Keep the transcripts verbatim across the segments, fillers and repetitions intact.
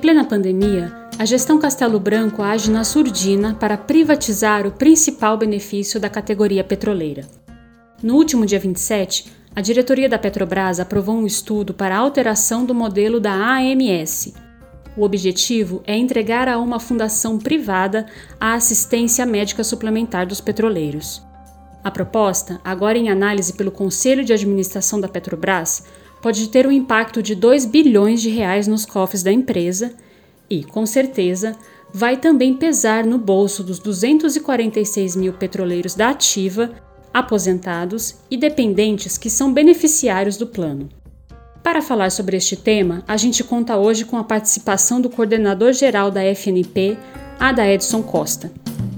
plena pandemia, a gestão Castelo Branco age na surdina para privatizar o principal benefício da categoria petroleira. No último dia vinte e sete, a diretoria da Petrobras aprovou um estudo para a alteração do modelo da A M S. O objetivo é entregar a uma fundação privada a assistência médica suplementar dos petroleiros. A proposta, agora em análise pelo Conselho de Administração da Petrobras, pode ter um impacto de dois bilhões de reais nos cofres da empresa e, com certeza, vai também pesar no bolso dos duzentos e quarenta e seis mil petroleiros da ativa, aposentados e dependentes que são beneficiários do plano. Para falar sobre este tema, a gente conta hoje com a participação do coordenador-geral da F N P, Adaedson Costa.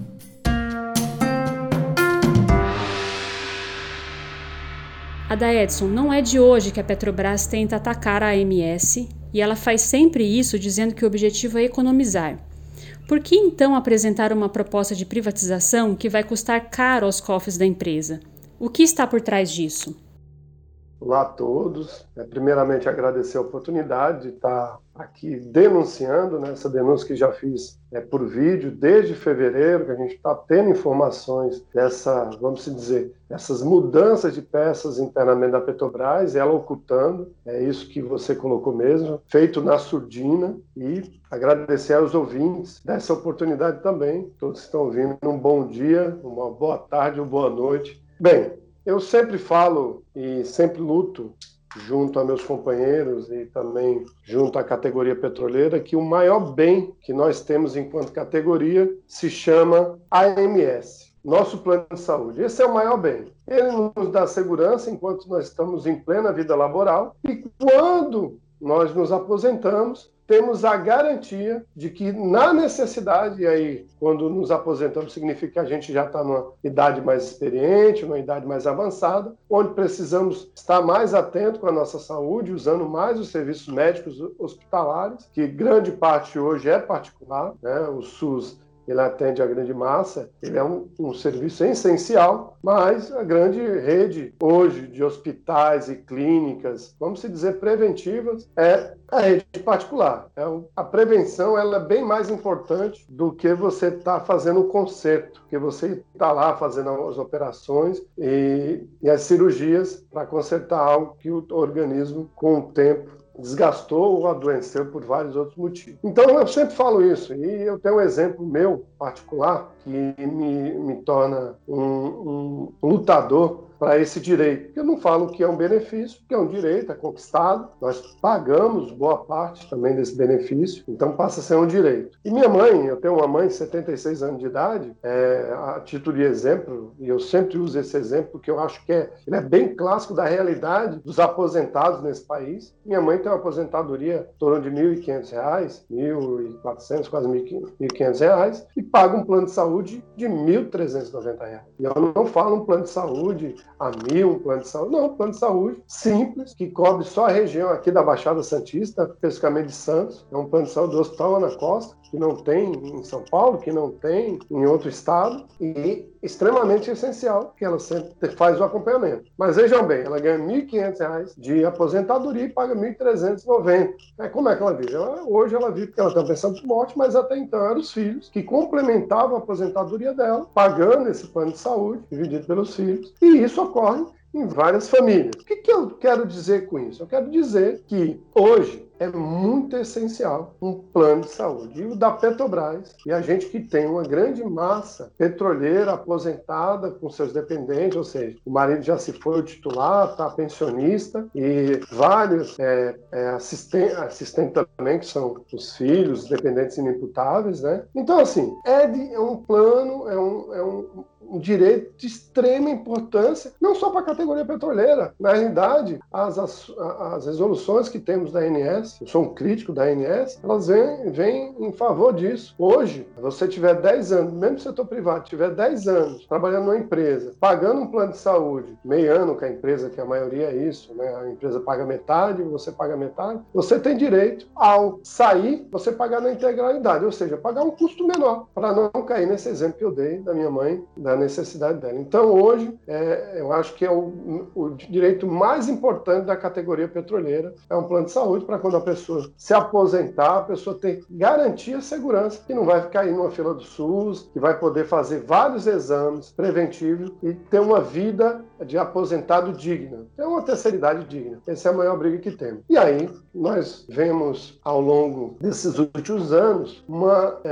Adaedson, não é de hoje que a Petrobras tenta atacar a A M S e ela faz sempre isso dizendo que o objetivo é economizar. Por que então apresentar uma proposta de privatização que vai custar caro aos cofres da empresa? O que está por trás disso? Olá a todos. É, primeiramente, agradecer a oportunidade de estar aqui denunciando, né, essa denúncia que já fiz é, por vídeo desde fevereiro, que a gente está tendo informações dessa, vamos dizer, essas mudanças de peças internamente da Petrobras, ela ocultando, é isso que você colocou mesmo, feito na surdina, e agradecer aos ouvintes dessa oportunidade também, todos que estão ouvindo, um bom dia, uma boa tarde ou boa noite. Bem, eu sempre falo e sempre luto junto a meus companheiros e também junto à categoria petroleira que o maior bem que nós temos enquanto categoria se chama A M S, nosso plano de saúde. Esse é o maior bem. Ele nos dá segurança enquanto nós estamos em plena vida laboral e quando nós nos aposentamos, temos a garantia de que, na necessidade, e aí, quando nos aposentamos, significa que a gente já está numa idade mais experiente, numa idade mais avançada, onde precisamos estar mais atento com a nossa saúde, usando mais os serviços médicos hospitalares, que grande parte hoje é particular, né? O SUS ele atende a grande massa, ele é um, um serviço essencial, mas a grande rede hoje de hospitais e clínicas, vamos dizer, preventivas, é a rede particular. É um, a prevenção ela é bem mais importante do que você estar tá fazendo o conserto, que você está lá fazendo as operações e, e as cirurgias para consertar algo que o organismo, com o tempo, desgastou ou adoeceu por vários outros motivos. Então, eu sempre falo isso, e eu tenho um exemplo meu particular que me, me torna um, um lutador para esse direito. Eu não falo que é um benefício, porque é um direito, é conquistado, nós pagamos boa parte também desse benefício, então passa a ser um direito. E minha mãe, eu tenho uma mãe de setenta e seis anos de idade, é, a título de exemplo, e eu sempre uso esse exemplo, porque eu acho que é, ele é bem clássico da realidade dos aposentados nesse país. Minha mãe tem uma aposentadoria em torno de mil e quinhentos reais, mil e quatrocentos, quase mil e quinhentos reais, e paga um plano de saúde de mil trezentos e noventa reais. E eu não falo um plano de saúde a mil, um plano de saúde. Não, um plano de saúde simples, que cobre só a região aqui da Baixada Santista, especificamente de Santos. É um plano de saúde do Hospital Ana Costa, que não tem em São Paulo, que não tem em outro estado, e extremamente essencial, que ela sempre faz o acompanhamento. Mas vejam bem, ela ganha mil e quinhentos reais de aposentadoria e paga mil trezentos e noventa. É, como é que ela vive? Ela, hoje ela vive porque ela está pensando por morte, mas até então eram os filhos que complementavam a aposentadoria dela, pagando esse plano de saúde, dividido pelos filhos, e isso ocorre em várias famílias. O que, que eu quero dizer com isso? Eu quero dizer que hoje é muito essencial um plano de saúde. E o da Petrobras, e a gente que tem uma grande massa petroleira aposentada com seus dependentes, ou seja, o marido já se foi o titular, está pensionista, e vários é, é, assistentes assistente também, que são os filhos, os dependentes inimputáveis, né? Então, assim, é, de, é um plano, é um, é um um direito de extrema importância, não só para a categoria petroleira. Na realidade, as, as, as resoluções que temos da A N S, eu sou um crítico da A N S, elas vêm, vêm em favor disso. Hoje, se você tiver dez anos, mesmo no setor privado, tiver dez anos trabalhando numa empresa, pagando um plano de saúde, meio ano com a empresa, que a maioria é isso, né? A empresa paga metade, você paga metade, você tem direito, ao sair, você pagar na integralidade, ou seja, pagar um custo menor, para não cair nesse exemplo que eu dei da minha mãe, da necessidade dela. Então, hoje, é, eu acho que é o, o direito mais importante da categoria petroleira, é um plano de saúde para quando a pessoa se aposentar, a pessoa ter garantia e segurança que não vai ficar aí numa fila do SUS, que vai poder fazer vários exames preventivos e ter uma vida de aposentado digna. É uma terceira idade digna. Essa é a maior briga que temos. E aí, nós vemos ao longo desses últimos anos um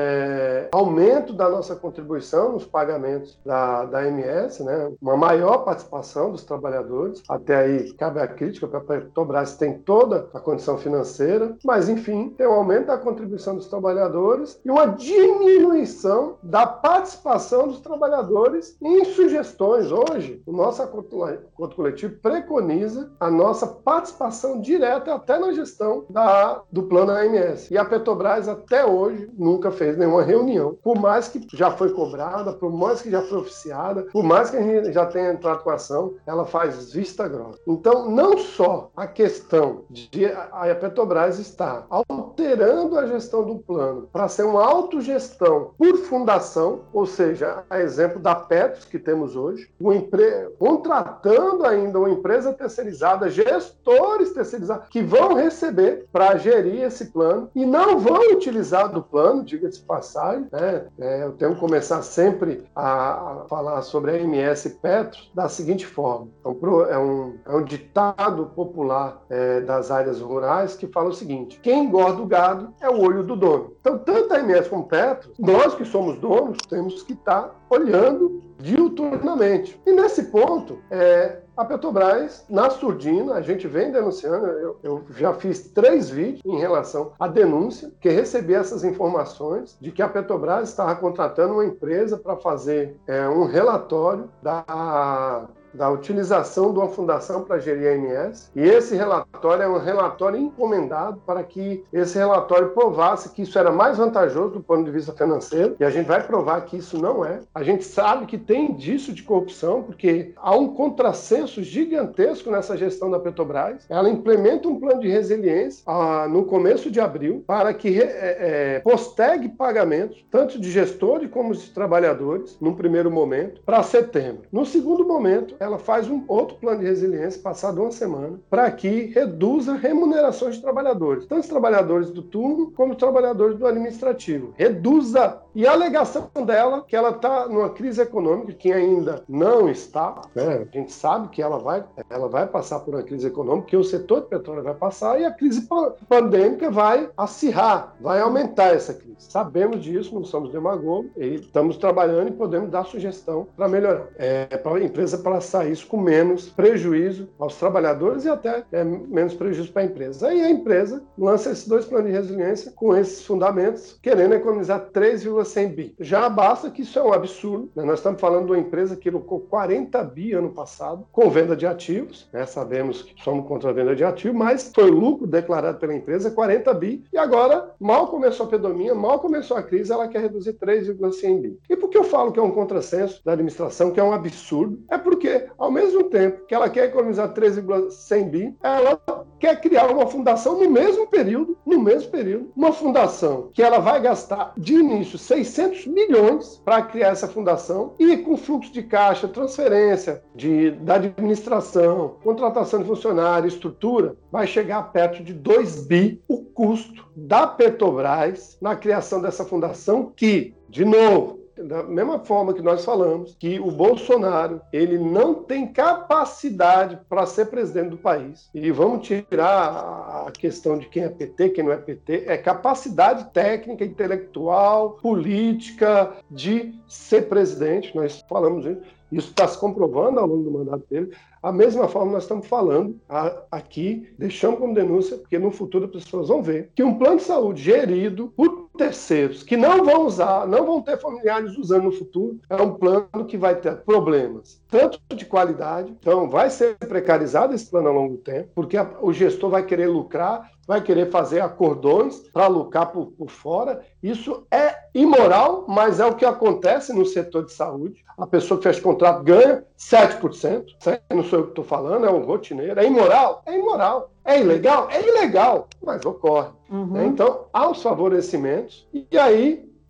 é, aumento da nossa contribuição nos pagamentos da, da A M S, né? Uma maior participação dos trabalhadores. Até aí cabe a crítica, porque a Petrobras tem toda a condição financeira, mas enfim, tem um aumento da contribuição dos trabalhadores e uma diminuição da participação dos trabalhadores em sugestões. Hoje, o nosso acordo coletivo preconiza a nossa participação direta até na gestão da, do plano A M S. E a Petrobras até hoje nunca fez nenhuma reunião, por mais que já foi cobrada, por mais que já foi oficiada, por mais que a gente já tenha entrado com ação, ela faz vista grossa. Então, não só a questão de a Petrobras estar alterando a gestão do plano para ser uma autogestão por fundação, ou seja, a exemplo da Petros que temos hoje, uma empre... contratando ainda uma empresa terceirizada, gestores terceirizados que vão receber para gerir esse plano e não vão utilizar do plano, diga-se de passagem, né? É, eu tenho que começar sempre a, a falar sobre a A M S Petros da seguinte forma. É um, é um, é um ditado popular é, das áreas rurais que fala o seguinte: quem engorda o gado é o olho do dono. Então, tanto a A M S como Petros, nós que somos donos, temos que estar olhando diuturnamente. E nesse ponto, é, a Petrobras, na surdina, a gente vem denunciando, eu, eu já fiz três vídeos em relação à denúncia, que recebi essas informações de que a Petrobras estava contratando uma empresa para fazer é, um relatório da... da utilização de uma fundação para gerir a A M S, e esse relatório é um relatório encomendado para que esse relatório provasse que isso era mais vantajoso do ponto de vista financeiro, e a gente vai provar que isso não é. A gente sabe que tem indício de corrupção, porque há um contrassenso gigantesco nessa gestão da Petrobras. Ela implementa um plano de resiliência ah, no começo de abril para que é, é, postergue pagamentos, tanto de gestores como de trabalhadores, num primeiro momento, para setembro. No segundo momento, ela faz um outro plano de resiliência, passado uma semana, para que reduza remunerações de trabalhadores, tanto os trabalhadores do turno como os trabalhadores do administrativo. Reduza! E a alegação dela, que ela está numa crise econômica, que ainda não está, né? A gente sabe que ela vai, ela vai passar por uma crise econômica, que o setor de petróleo vai passar, e a crise pandêmica vai acirrar, vai aumentar essa crise. Sabemos disso, não somos demagogos, e estamos trabalhando e podemos dar sugestão para melhorar. É, para a empresa passar isso com menos prejuízo aos trabalhadores e até é, menos prejuízo para a empresa. Aí a empresa lança esses dois planos de resiliência com esses fundamentos, querendo economizar três vírgula cem bi. Já basta que isso é um absurdo, né? Nós estamos falando de uma empresa que lucrou quarenta bi ano passado com venda de ativos, né? Sabemos que somos contra a venda de ativos, mas foi o lucro declarado pela empresa quarenta bi, e agora mal começou a pedomia, mal começou a crise, ela quer reduzir três vírgula cem bi. E por que eu falo que é um contrassenso da administração, que é um absurdo? É porque, ao mesmo tempo que ela quer economizar três vírgula cem bi, ela quer criar uma fundação no mesmo período, no mesmo período, uma fundação que ela vai gastar de início seiscentos milhões para criar essa fundação, e com fluxo de caixa, transferência de, da administração, contratação de funcionário, estrutura, vai chegar perto de dois bi o custo da Petrobras na criação dessa fundação, que, de novo, da mesma forma que nós falamos, que o Bolsonaro, ele não tem capacidade para ser presidente do país. E vamos tirar a questão de quem é P T, quem não é P T, é capacidade técnica, intelectual, política de ser presidente. Nós falamos isso. Isso está se comprovando ao longo do mandato dele. A mesma forma nós estamos falando aqui, deixamos como denúncia, porque no futuro as pessoas vão ver que um plano de saúde gerido por terceiros, que não vão usar, não vão ter familiares usando no futuro, é um plano que vai ter problemas, tanto de qualidade, então vai ser precarizado esse plano ao longo do tempo, porque a, o gestor vai querer lucrar, vai querer fazer acordões para lucrar por, por fora. Isso é imoral, mas é o que acontece no setor de saúde. A pessoa que fecha contrato ganha sete por cento, não sou eu que estou falando, é um rotineiro. É imoral? É imoral. É ilegal? É ilegal, mas ocorre. Uhum. Então, há os favorecimentos, e aí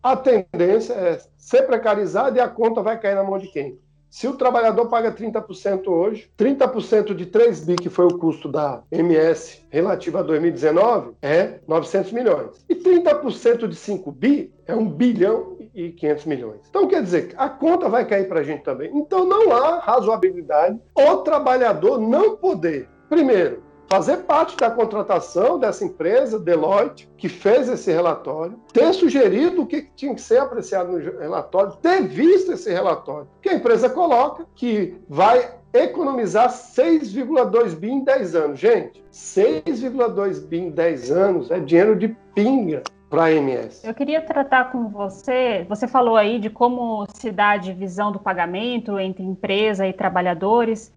a tendência é ser precarizado e a conta vai cair na mão de quem? Se o trabalhador paga trinta por cento hoje, trinta por cento de três bi, que foi o custo da M S relativo a dois mil e dezenove, é novecentos milhões. E trinta por cento de cinco bi é um bilhão e quinhentos milhões. Então, quer dizer, a conta vai cair para a gente também. Então, não há razoabilidade o trabalhador não poder, primeiro, fazer parte da contratação dessa empresa, Deloitte, que fez esse relatório, ter sugerido o que tinha que ser apreciado no relatório, ter visto esse relatório, que a empresa coloca que vai economizar seis vírgula dois bi em dez anos. Gente, seis vírgula dois bi em dez anos é dinheiro de pinga para a M S. Eu queria tratar com você, você falou aí de como se dá a divisão do pagamento entre empresa e trabalhadores.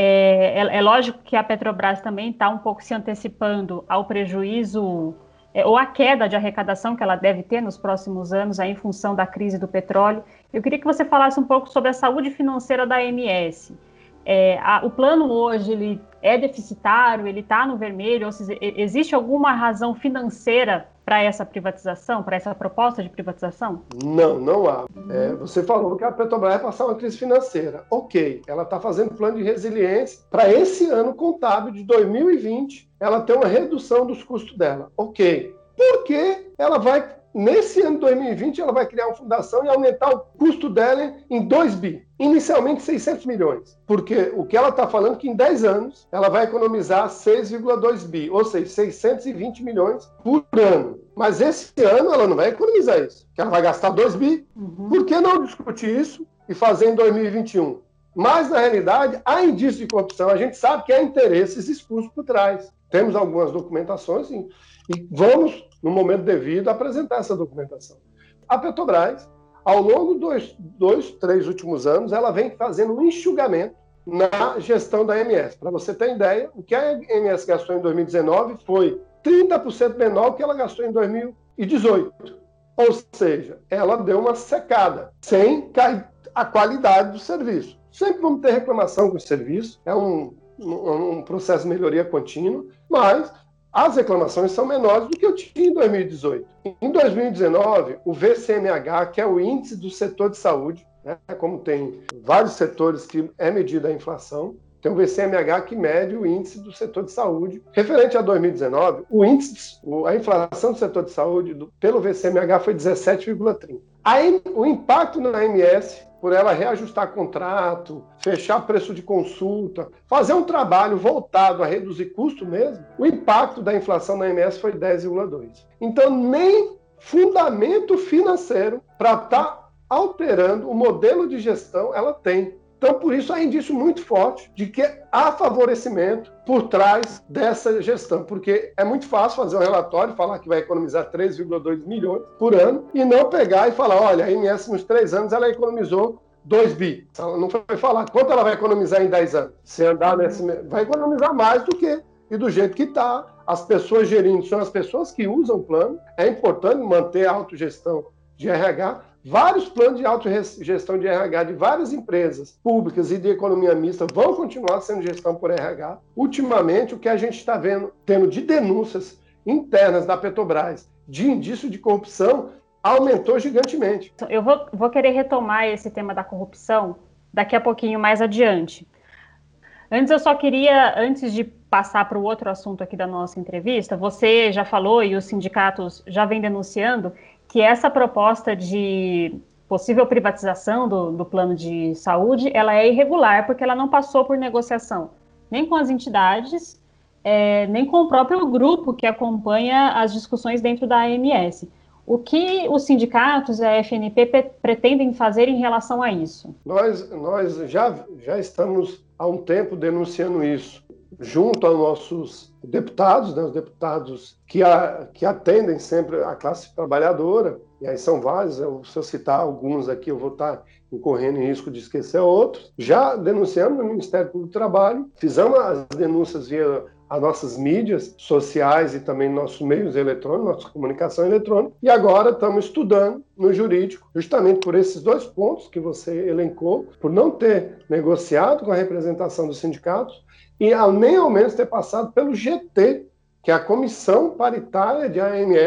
É, é, é lógico que a Petrobras também está um pouco se antecipando ao prejuízo é, ou à queda de arrecadação que ela deve ter nos próximos anos aí, em função da crise do petróleo. Eu queria que você falasse um pouco sobre a saúde financeira da A M S. É, a, o plano hoje ele é deficitário, ele está no vermelho, ou seja, existe alguma razão financeira para essa privatização, para essa proposta de privatização? Não, não há. É, você falou que a Petrobras vai passar uma crise financeira. Ok, ela está fazendo plano de resiliência para esse ano contábil de dois mil e vinte, ela tem uma redução dos custos dela. Ok. Porque ela vai, nesse ano de dois mil e vinte, ela vai criar uma fundação e aumentar o custo dela em dois bi. Inicialmente seiscentos milhões, porque o que ela está falando é que em dez anos ela vai economizar seis vírgula dois bi, ou seja, seiscentos e vinte milhões por ano. Mas esse ano ela não vai economizar isso, que ela vai gastar dois bi. Uhum. Por que não discutir isso e fazer em dois mil e vinte e um? Mas, na realidade, há indício de corrupção. A gente sabe que há interesses escusos por trás. Temos algumas documentações e, e vamos, no momento devido, apresentar essa documentação. A Petrobras, ao longo dos dois, três últimos anos, ela vem fazendo um enxugamento na gestão da M S. Para você ter ideia, o que a M S gastou em dois mil e dezenove foi trinta por cento menor do que ela gastou em dois mil e dezoito. Ou seja, ela deu uma secada, sem cair a qualidade do serviço. Sempre vamos ter reclamação com o serviço, é um, um, um processo de melhoria contínua, mas as reclamações são menores do que eu tinha em dois mil e dezoito. Em dois mil e dezenove, o V C M H, que é o índice do setor de saúde, né, como tem vários setores que é medida a inflação, tem o V C M H que mede o índice do setor de saúde. Referente a dois mil e dezenove, o índice, a inflação do setor de saúde do, pelo V C M H foi dezessete vírgula trinta. Aí, o impacto na M S, por ela reajustar contrato, fechar preço de consulta, fazer um trabalho voltado a reduzir custo mesmo, o impacto da inflação na M S foi dez vírgula dois. Então, nem fundamento financeiro para estar tá alterando o modelo de gestão ela tem. Então, por isso, há indício muito forte de que há favorecimento por trás dessa gestão, porque é muito fácil fazer um relatório, falar que vai economizar três vírgula dois milhões por ano e não pegar e falar, olha, a M S nos três anos ela economizou dois bi. Ela não foi falar quanto ela vai economizar em dez anos. Se andar nesse... vai economizar mais do que, e do jeito que está. As pessoas gerindo são as pessoas que usam o plano. É importante manter a autogestão de R H. Vários planos de autogestão de R H de várias empresas públicas e de economia mista vão continuar sendo gestão por R H. Ultimamente, o que a gente está vendo, tendo de denúncias internas da Petrobras, de indício de corrupção, aumentou gigantemente. Eu vou, vou querer retomar esse tema da corrupção daqui a pouquinho mais adiante. Antes, eu só queria, antes de passar para o outro assunto aqui da nossa entrevista, você já falou e os sindicatos já vêm denunciando que essa proposta de possível privatização do, do plano de saúde, ela é irregular, porque ela não passou por negociação, nem com as entidades, é, nem com o próprio grupo que acompanha as discussões dentro da A M S. O que os sindicatos e a F N P pretendem fazer em relação a isso? Nós, nós já, já estamos há um tempo denunciando isso, junto aos nossos deputados, né, os deputados que, a, que atendem sempre a classe trabalhadora, e aí são vários, eu, se eu citar alguns aqui, eu vou estar incorrendo em risco de esquecer outros. Já denunciamos no Ministério Público do Trabalho, fizemos as denúncias via as nossas mídias sociais e também nossos meios eletrônicos, nossa comunicação eletrônica, e agora estamos estudando no jurídico, justamente por esses dois pontos que você elencou, por não ter negociado com a representação dos sindicatos e nem ao menos ter passado pelo G T, que é a Comissão Paritária de A M S,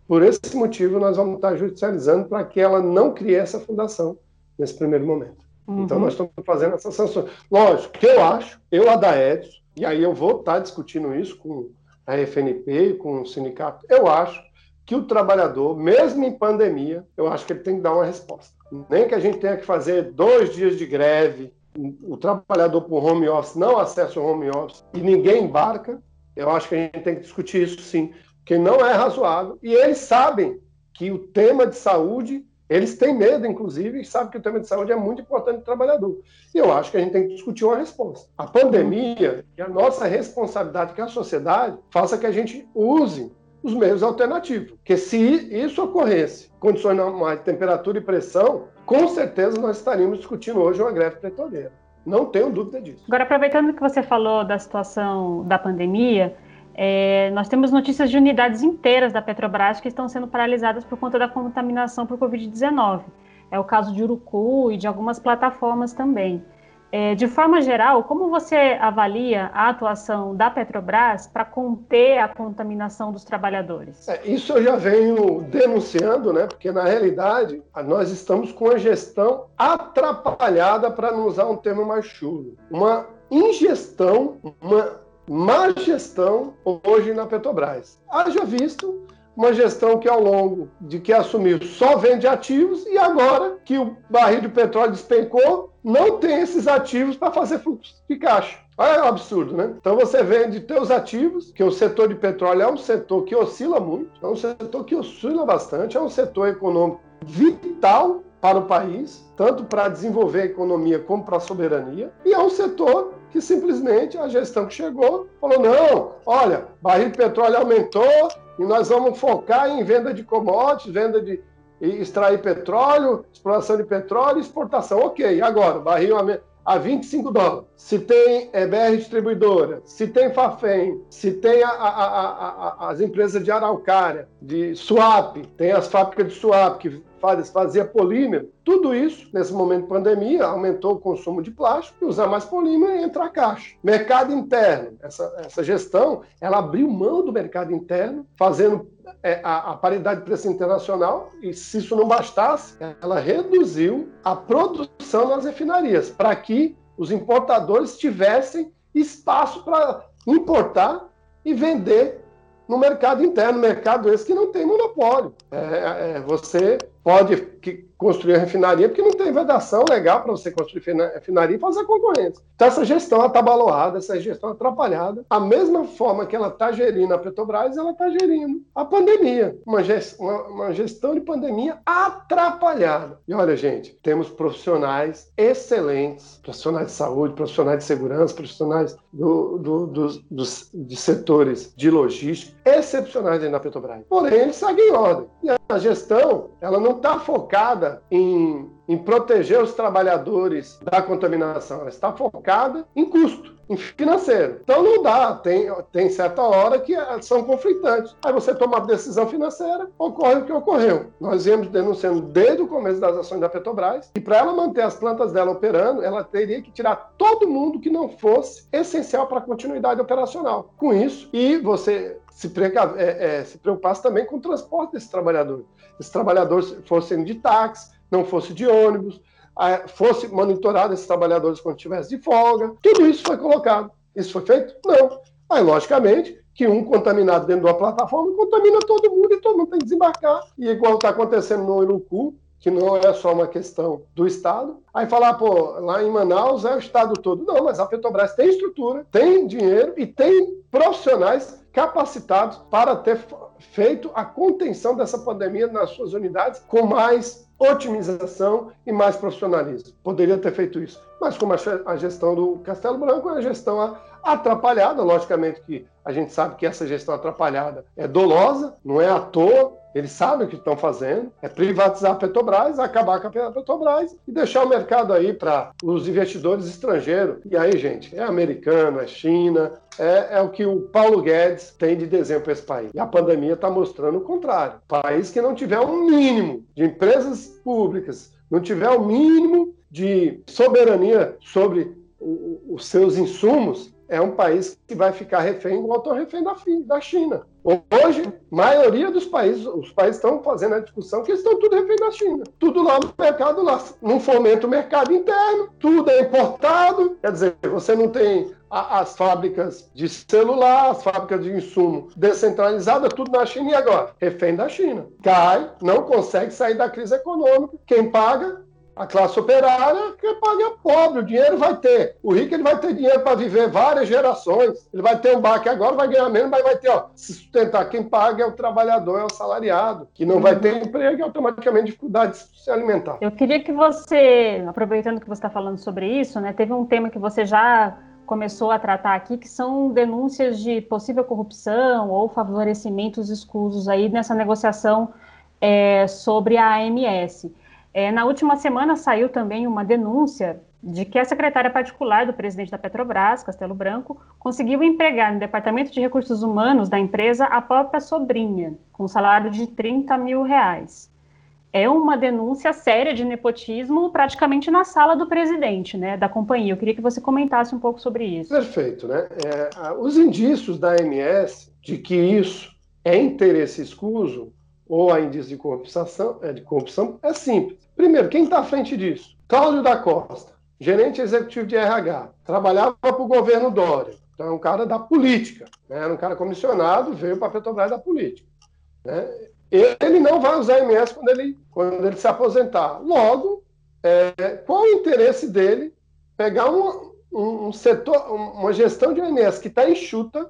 Por esse motivo, nós vamos estar judicializando para que ela não crie essa fundação nesse primeiro momento. Uhum. Então, nós estamos fazendo essas sanções. Lógico, que eu acho, eu, a Daedson, e aí eu vou estar discutindo isso com a F N P, com o sindicato, eu acho que o trabalhador, mesmo em pandemia, eu acho que ele tem que dar uma resposta. Nem que a gente tenha que fazer dois dias de greve, o trabalhador por home office não acessa o home office e ninguém embarca, eu acho que a gente tem que discutir isso sim, porque não é razoável. E eles sabem que o tema de saúde, eles têm medo, inclusive, e sabem que o tema de saúde é muito importante para o trabalhador. E eu acho que a gente tem que discutir uma resposta. A pandemia e a nossa responsabilidade que a sociedade faça que a gente use os meios alternativos. Porque se isso ocorresse, condições normais de temperatura e pressão, com certeza nós estaríamos discutindo hoje uma greve petroleira. Não tenho dúvida disso. Agora, aproveitando que você falou da situação da pandemia, é, nós temos notícias de unidades inteiras da Petrobras que estão sendo paralisadas por conta da contaminação por covid dezenove. É o caso de Urucu e de algumas plataformas também. É, de forma geral, como você avalia a atuação da Petrobras para conter a contaminação dos trabalhadores? É, isso eu já venho denunciando, né? Porque, na realidade, nós estamos com a gestão atrapalhada, para não usar um termo mais chulo. Uma ingestão, uma má gestão hoje na Petrobras. Haja visto uma gestão que, ao longo de que assumiu, só vende ativos, e agora que o barril de petróleo despencou, não tem esses ativos para fazer fluxo de caixa. Olha o absurdo, né? Então você vende teus ativos, que o setor de petróleo é um setor que oscila muito, é um setor que oscila bastante, é um setor econômico vital para o país, tanto para desenvolver a economia como para a soberania, e é um setor que simplesmente a gestão que chegou falou, não, olha, barril de petróleo aumentou e nós vamos focar em venda de commodities, venda de extrair petróleo, exploração de petróleo e exportação. Ok, agora, barril a vinte e cinco dólares. Se tem é, B R Distribuidora, se tem Fafem, se tem a, a, a, a, as empresas de araucária, de swap, tem as fábricas de swap que faz, fazia polímero, tudo isso, nesse momento de pandemia, aumentou o consumo de plástico, e usar mais polímero e entrar caixa. Mercado interno, essa, essa gestão, ela abriu mão do mercado interno, fazendo é, a, a paridade de preço internacional, e se isso não bastasse, ela reduziu a produção nas refinarias, para que os importadores tivessem espaço para importar e vender no mercado interno, mercado esse que não tem monopólio. É, é, você pode que, construir a refinaria porque não tem vedação legal para você construir refinaria e fazer concorrência. Então essa gestão atabaloada, essa gestão atrapalhada, a mesma forma que ela está gerindo a Petrobras, ela está gerindo a pandemia. Uma, gest, uma, uma gestão de pandemia atrapalhada. E olha, gente, temos profissionais excelentes, profissionais de saúde, profissionais de segurança, profissionais do, do, dos, dos, de setores de logística, excepcionais dentro da Petrobras. Porém, eles seguem em ordem. E a gestão, ela não está focada em, em proteger os trabalhadores da contaminação, ela está focada em custo, em financeiro. Então não dá, tem, tem certa hora que são conflitantes. Aí você toma uma decisão financeira, ocorre o que ocorreu. Nós viemos denunciando desde o começo das ações da Petrobras, e para ela manter as plantas dela operando, ela teria que tirar todo mundo que não fosse essencial para a continuidade operacional. Com isso, e você se, preca... é, é, se preocupasse também com o transporte desses trabalhadores. Esses trabalhadores fossem de táxi, não fosse de ônibus, fosse monitorado esses trabalhadores quando estivesse de folga. Tudo isso foi colocado. Isso foi feito? Não. Aí, logicamente, que um contaminado dentro de uma plataforma contamina todo mundo e todo mundo tem que desembarcar. E igual está acontecendo no Urucu, que não é só uma questão do Estado. Aí falar, pô, lá em Manaus é o Estado todo. Não, mas a Petrobras tem estrutura, tem dinheiro e tem profissionais capacitados para ter feito a contenção dessa pandemia nas suas unidades com mais otimização e mais profissionalismo. Poderia ter feito isso. Mas como a gestão do Castelo Branco é uma gestão atrapalhada, logicamente que a gente sabe que essa gestão atrapalhada é dolosa, não é à toa, eles sabem o que estão fazendo, é privatizar a Petrobras, acabar com a Petrobras e deixar o mercado aí para os investidores estrangeiros. E aí, gente, é americano, é China, é, é o que o Paulo Guedes tem de desenho para esse país. E a pandemia está mostrando o contrário. País que não tiver um mínimo de empresas públicas, não tiver o um mínimo de soberania sobre o, os seus insumos, é um país que vai ficar refém, igual estão refém da, da China. Hoje, a maioria dos países, os países estão fazendo a discussão que eles estão tudo refém da China. Tudo lá no mercado, lá. Não fomenta o mercado interno, tudo é importado. Quer dizer, você não tem a, as fábricas de celular, as fábricas de insumo descentralizadas, tudo na China. E agora? Refém da China. Cai, não consegue sair da crise econômica. Quem paga? A classe operária, que paga é pobre, o dinheiro vai ter. O rico ele vai ter dinheiro para viver várias gerações. Ele vai ter um baque agora, vai ganhar menos, mas vai ter, ó, se sustentar. Quem paga é o trabalhador, é o salariado, que não vai ter emprego e automaticamente dificuldade de se alimentar. Eu queria que você, aproveitando que você está falando sobre isso, né, teve um tema que você já começou a tratar aqui, que são denúncias de possível corrupção ou favorecimentos escusos aí nessa negociação é, sobre a A M S. É, na última semana saiu também uma denúncia de que a secretária particular do presidente da Petrobras, Castelo Branco, conseguiu empregar no Departamento de Recursos Humanos da empresa a própria sobrinha, com um salário de trinta mil reais. É uma denúncia séria de nepotismo praticamente na sala do presidente, né, da companhia. Eu queria que você comentasse um pouco sobre isso. Perfeito, né? É, os indícios da A M S de que isso é interesse escuso ou a indício de corrupção, é, de corrupção, é simples. Primeiro, quem está à frente disso? Cláudio da Costa, gerente executivo de R H, trabalhava para o governo Dória, então é um cara da política, né? Era um cara comissionado, veio para a Petrobras da política, né? Ele não vai usar a A M S quando ele, quando ele se aposentar. Logo, é, qual o interesse dele pegar um, um, um setor, uma gestão de A M S que está enxuta,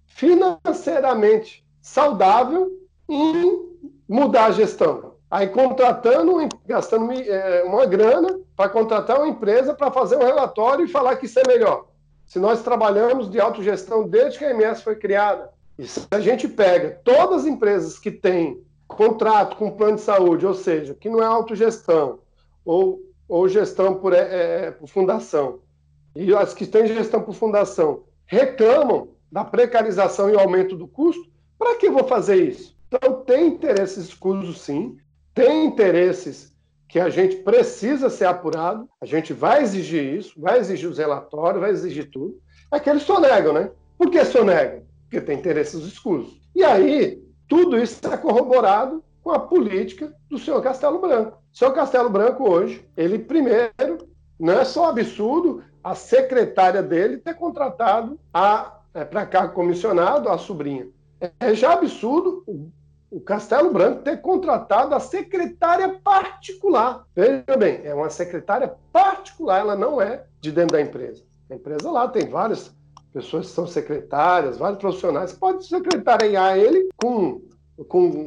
financeiramente saudável, em mudar a gestão? Aí contratando, gastando é, uma grana para contratar uma empresa para fazer um relatório e falar que isso é melhor. Se nós trabalhamos de autogestão desde que a A M S foi criada, e se a gente pega todas as empresas que têm contrato com plano de saúde, ou seja, que não é autogestão, ou, ou gestão por, é, por fundação, e as que têm gestão por fundação reclamam da precarização e aumento do custo, para que eu vou fazer isso? Então tem interesses escusos sim, tem interesses que a gente precisa ser apurado, a gente vai exigir isso, vai exigir os relatórios, vai exigir tudo. É que eles sonegam, né? Por que sonegam? Porque tem interesses escusos. E aí, tudo isso é corroborado com a política do senhor Castelo Branco. O senhor Castelo Branco hoje, ele primeiro, não é só absurdo a secretária dele ter contratado a, é, para cargo comissionado a sobrinha. É já absurdo o, o Castelo Branco ter contratado a secretária particular. Veja bem, é uma secretária particular, ela não é de dentro da empresa. A empresa lá tem várias pessoas que são secretárias, vários profissionais que podem secretariar ele com, com,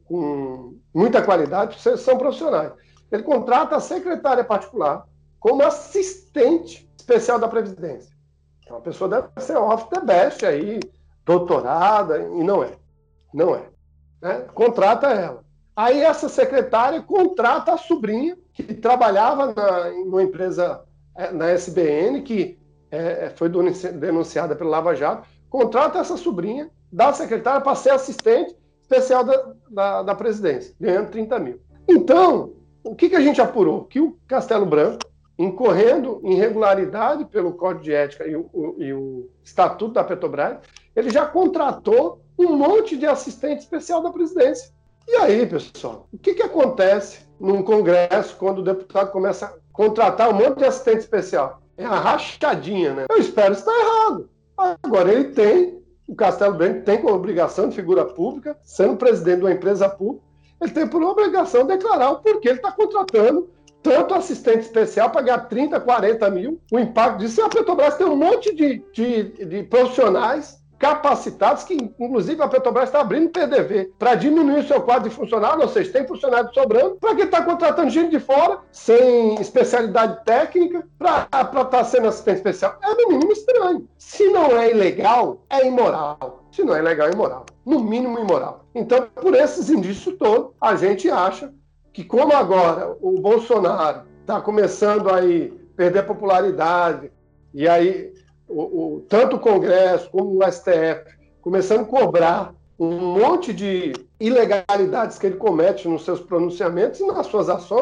com muita qualidade, porque são profissionais. Ele contrata a secretária particular como assistente especial da Previdência. Então, a pessoa deve ser off the best aí, doutorada, e não é. Não é. Né? Contrata ela. Aí essa secretária contrata a sobrinha, que trabalhava na, numa empresa, na S B N, que é, foi denunciada pelo Lava Jato, contrata essa sobrinha da secretária para ser assistente especial da, da, da presidência, ganhando trinta mil. Então, o que, que a gente apurou? Que o Castelo Branco, incorrendo em irregularidade pelo Código de Ética e o, o, e o Estatuto da Petrobras, ele já contratou um monte de assistente especial da presidência. E aí, pessoal, o que, que acontece num congresso quando o deputado começa a contratar um monte de assistente especial? É a rachadinha, né? Eu espero estar errado. Agora, ele tem, o Castelo Branco tem como obrigação de figura pública, sendo presidente de uma empresa pública, ele tem por obrigação declarar o porquê ele está contratando tanto assistente especial para ganhar trinta, quarenta mil. O impacto disso é a Petrobras tem um monte de, de, de profissionais capacitados, que inclusive a Petrobras está abrindo P D V para diminuir o seu quadro de funcionários, ou seja, tem funcionário sobrando, para que está contratando gente de fora, sem especialidade técnica, para estar tá sendo assistente especial. É no mínimo estranho. Se não é ilegal, é imoral. Se não é ilegal, é imoral. No mínimo imoral. Então, por esses indícios todos, a gente acha que como agora o Bolsonaro está começando aí a perder popularidade, e aí O, o, tanto o Congresso como o S T F começando a cobrar um monte de ilegalidades que ele comete nos seus pronunciamentos e nas suas ações,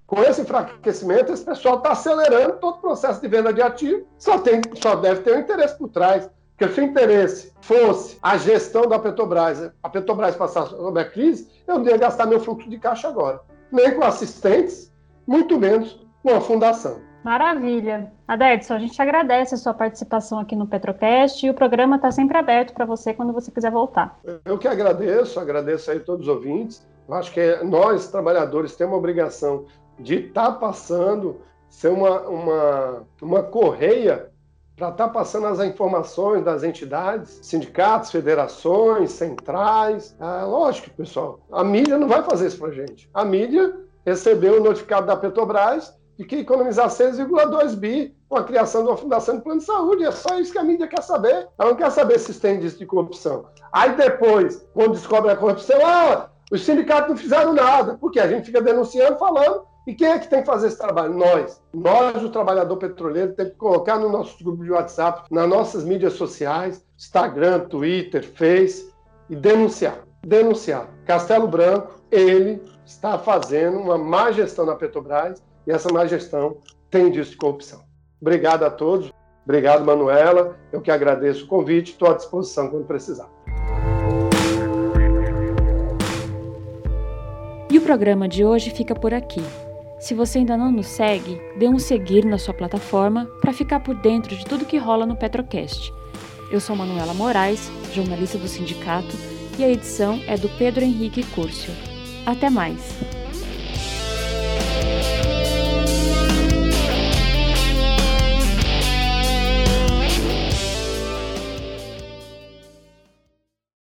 Com esse enfraquecimento, esse pessoal está acelerando todo o processo de venda de ativo, só, tem, só deve ter um interesse por trás. Porque se o interesse fosse a gestão da Petrobras, a Petrobras passar sob a crise, eu não ia gastar meu fluxo de caixa agora. Nem com assistentes, muito menos com a fundação. Maravilha. Adedson, a gente agradece a sua participação aqui no Petrocast e o programa está sempre aberto para você quando você quiser voltar. Eu que agradeço, agradeço aí a todos os ouvintes. Eu acho que nós, trabalhadores, temos uma obrigação de estar tá passando, ser uma, uma, uma correia para estar tá passando as informações das entidades, sindicatos, federações, centrais. Ah, lógico, pessoal, a mídia não vai fazer isso para a gente. A mídia recebeu o notificado da Petrobras de que economizar seis vírgula dois bi com a criação de uma fundação de plano de saúde. É só isso que a mídia quer saber. Ela não quer saber se tem indício de corrupção. Aí depois, quando descobre a corrupção, ah, os sindicatos não fizeram nada. Porque a gente fica denunciando, falando. E quem é que tem que fazer esse trabalho? Nós. Nós, o trabalhador petroleiro, tem que colocar no nosso grupo de WhatsApp, nas nossas mídias sociais, Instagram, Twitter, Face, e denunciar. Denunciar. Castelo Branco, ele está fazendo uma má gestão na Petrobras, e essa má gestão tem indício de corrupção. Obrigado a todos. Obrigado, Manuela. Eu que agradeço o convite. Estou à disposição quando precisar. E o programa de hoje fica por aqui. Se você ainda não nos segue, dê um seguir na sua plataforma para ficar por dentro de tudo que rola no Petrocast. Eu sou Manuela Moraes, jornalista do sindicato, e a edição é do Pedro Henrique Curcio. Até mais!